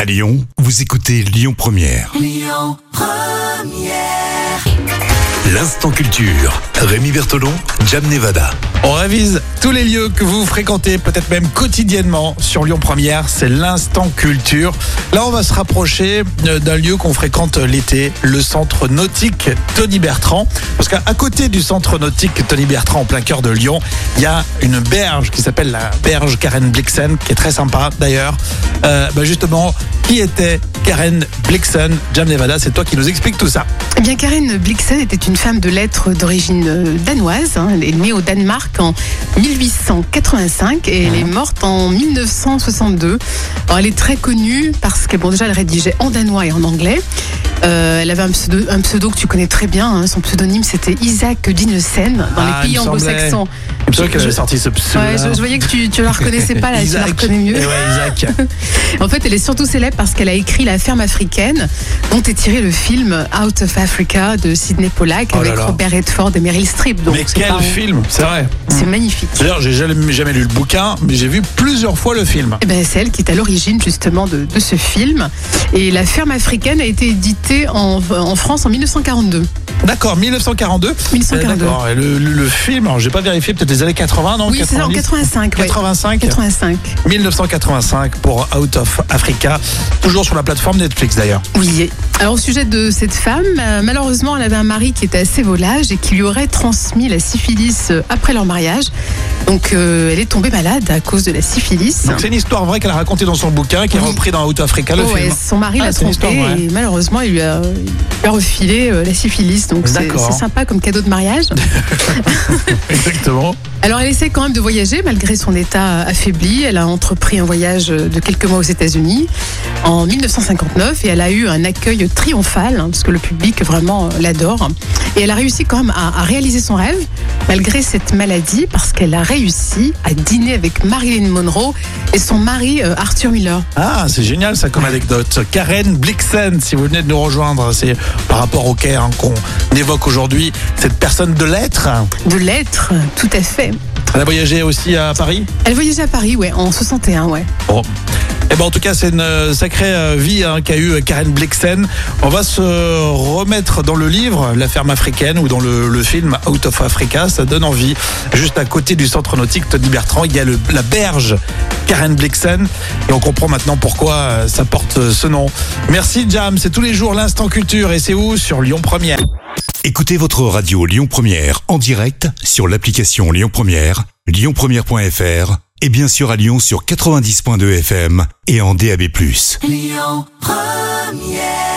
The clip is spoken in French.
À Lyon, vous écoutez Lyon Première. Lyon Première. L'instant culture. Rémi Bertolon, Jam Nevada. On révise tous les lieux que vous fréquentez, peut-être même quotidiennement sur Lyon Première. C'est l'instant culture. Là, on va se rapprocher d'un lieu qu'on fréquente l'été, le centre nautique Tony Bertrand. Parce qu'à côté du centre nautique Tony Bertrand, en plein cœur de Lyon, il y a une berge qui s'appelle la berge Karen Blixen, qui est très sympa d'ailleurs. Justement, qui était Karen Blixen? Jam Nevada, c'est toi qui nous explique tout ça. Eh bien, Karen Blixen était une femme de lettres d'origine danoise. Elle est née au Danemark en 1885 et elle est morte en 1962. Alors, elle est très connue parce que, déjà, elle rédigeait en danois et en anglais. Elle avait un pseudo que tu connais très bien. Hein. Son pseudonyme, c'était Isaac Dinesen dans les pays anglo-saxons. Il me semble qu'elle avait sorti ce pseudo. Ouais, je voyais que tu la reconnaissais pas, là, tu la reconnais mieux. Ouais, Isaac. En fait, elle est surtout célèbre parce qu'elle a écrit La ferme africaine, dont est tiré le film Out of Africa de Sidney Pollack avec Robert Redford et Meryl Streep. Donc, mais quel film, c'est vrai. C'est magnifique. D'ailleurs, j'ai jamais lu le bouquin, mais j'ai vu plusieurs fois le film. Eh ben, c'est elle qui est à l'origine justement de ce film. Et La ferme africaine a été éditée en France en 1942. D'accord, 1942. 1942. D'accord. Et le film, alors j'ai pas vérifié, peut-être les années 80, non? Oui, 90, c'est ça, en 85. 85. 85. 1985 pour Out of Africa, toujours sur la plateforme Netflix d'ailleurs. Oui. Alors au sujet de cette femme, malheureusement, elle avait un mari qui était assez volage et qui lui aurait transmis la syphilis après leur mariage. Donc elle est tombée malade à cause de la syphilis. Donc c'est une histoire vraie qu'elle a racontée dans son bouquin, qui est repris dans Out of Africa, le film. Son mari l'a trompée et malheureusement il lui a refilé la syphilis. Donc c'est sympa comme cadeau de mariage. Exactement. Alors elle essaie quand même de voyager malgré son état affaibli. Elle a entrepris un voyage de quelques mois aux États-Unis en 1959 et elle a eu un accueil triomphal parce que le public vraiment l'adore. Et elle a réussi quand même à réaliser son rêve malgré cette maladie parce qu'elle a réussi à dîner avec Marilyn Monroe et son mari Arthur Miller. Ah, c'est génial ça comme anecdote. Karen Blixen, si vous venez de nous rejoindre, c'est par rapport au Caire qu'on évoque aujourd'hui, cette personne de lettres. De lettres, tout à fait. Elle a voyagé aussi à Paris? Elle voyageait à Paris, ouais, en 61, ouais. Bon. Eh ben, en tout cas, c'est une sacrée vie qu'a eu Karen Blixen. On va se remettre dans le livre La ferme africaine ou dans le film Out of Africa. Ça donne envie. Juste à côté du centre nautique Tony Bertrand, il y a la berge Karen Blixen. Et on comprend maintenant pourquoi ça porte ce nom. Merci Jam, c'est tous les jours l'instant culture. Et c'est où? Sur Lyon Première. Écoutez votre radio Lyon Première en direct sur l'application Lyon Première, lyonpremière.fr et bien sûr à Lyon sur 90.2 FM et en DAB+. Lyon Première.